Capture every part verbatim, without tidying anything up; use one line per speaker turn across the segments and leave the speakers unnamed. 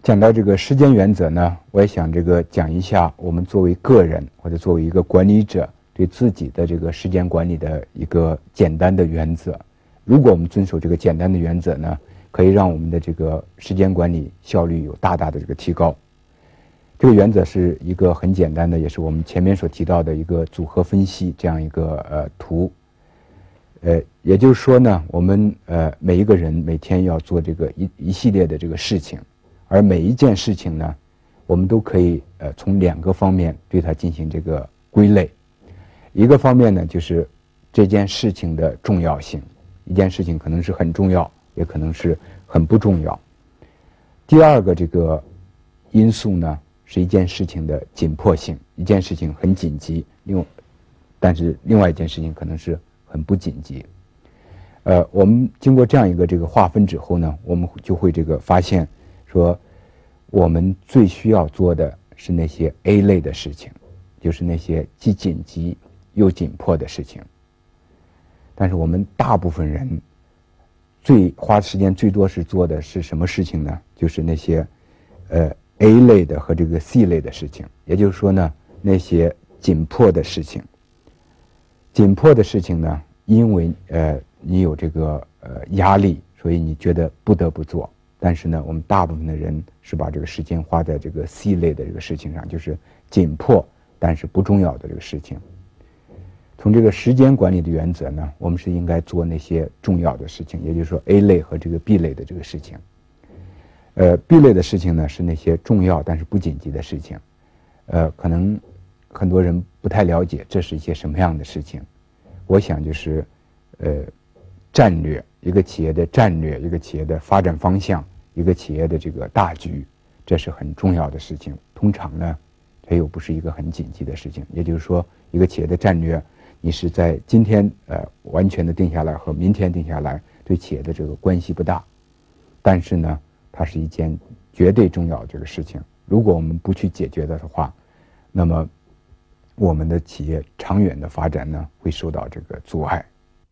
讲到这个时间原则呢，我也想这个讲一下我们作为个人或者作为一个管理者对自己的这个时间管理的一个简单的原则。如果我们遵守这个简单的原则呢，可以让我们的这个时间管理效率有大大的这个提高。这个原则是一个很简单的，也是我们前面所提到的一个组合分析这样一个呃图。呃，也就是说呢，我们呃每一个人每天要做这个一一系列的这个事情。而每一件事情呢，我们都可以呃从两个方面对它进行这个归类。一个方面呢，就是这件事情的重要性，一件事情可能是很重要，也可能是很不重要。第二个这个因素呢，是一件事情的紧迫性，一件事情很紧急，另但是另外一件事情可能是很不紧急。呃，我们经过这样一个这个划分之后呢，我们就会这个发现。说我们最需要做的是那些 A 类的事情，就是那些既紧急又紧迫的事情。但是我们大部分人最花时间最多是做的是什么事情呢？就是那些呃 A 类的和这个 C 类的事情。也就是说呢，那些紧迫的事情。紧迫的事情呢，因为呃你有这个呃压力，所以你觉得不得不做。但是呢，我们大部分的人是把这个时间花在这个 C 类的这个事情上，就是紧迫但是不重要的这个事情。从这个时间管理的原则呢，我们是应该做那些重要的事情，也就是说 A 类和这个 B 类的这个事情。呃 ，B 类的事情呢是那些重要但是不紧急的事情。呃，可能很多人不太了解这是一些什么样的事情。我想就是呃战略，一个企业的战略，一个企业的发展方向。一个企业的这个大局，这是很重要的事情。通常呢，它又不是一个很紧急的事情。也就是说，一个企业的战略，你是在今天呃完全的定下来和明天定下来，对企业的这个关系不大。但是呢，它是一件绝对重要的这个事情。如果我们不去解决的话，那么我们的企业长远的发展呢，会受到这个阻碍。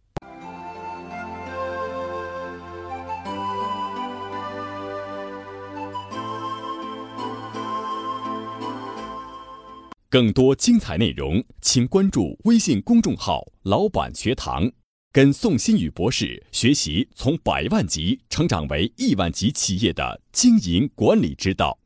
更多精彩内容，请关注微信公众号“老板学堂”，跟宋新宇博士学习从百万级成长为亿万级企业的经营管理之道。